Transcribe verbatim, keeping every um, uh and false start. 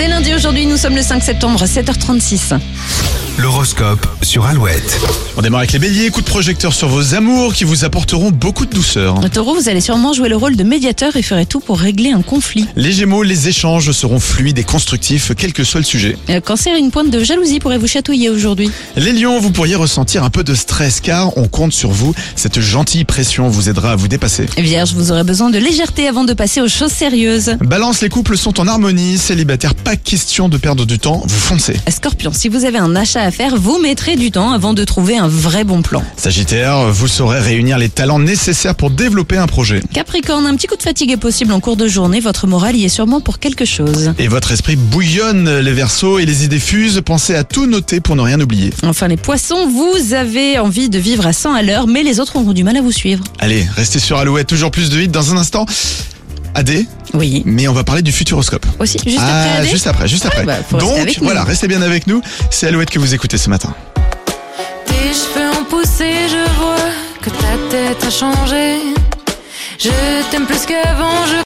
C'est lundi aujourd'hui, nous sommes le cinq septembre, sept heures trente-six. L'horoscope sur Alouette. On démarre avec les béliers, coup de projecteur sur vos amours qui vous apporteront beaucoup de douceur. Taureau, vous allez sûrement jouer le rôle de médiateur et ferez tout pour régler un conflit. Les gémeaux, les échanges seront fluides et constructifs, quel que soit le sujet. Euh, Cancer, une pointe de jalousie pourrait vous chatouiller aujourd'hui. Les lions, vous pourriez ressentir un peu de stress car on compte sur vous. Cette gentille pression vous aidera à vous dépasser. Vierge, vous aurez besoin de légèreté avant de passer aux choses sérieuses. Balance, les couples sont en harmonie. Célibataire, pas question de perdre du temps, vous foncez. Scorpion, si vous avez un achat à faire, vous mettrez du temps avant de trouver un vrai bon plan. Sagittaire, vous saurez réunir les talents nécessaires pour développer un projet. Capricorne, un petit coup de fatigue est possible en cours de journée, votre morale y est sûrement pour quelque chose. Et votre esprit bouillonne, les Verseaux, et les idées fusent. Pensez à tout noter pour ne rien oublier. Enfin les poissons, vous avez envie de vivre à cent à l'heure, mais les autres auront du mal à vous suivre. Allez, restez sur Alouette, toujours plus de hits dans un instant. Adé, Oui, mais on va parler du futuroscope. aussi, juste ah, après Adé. juste après, juste après. Ah, bah, faut rester Donc, avec nous. voilà, restez bien avec nous. C'est Alouette que vous écoutez ce matin. Tes cheveux ont poussé, je vois que ta tête a changé. Je t'aime plus qu'avant, je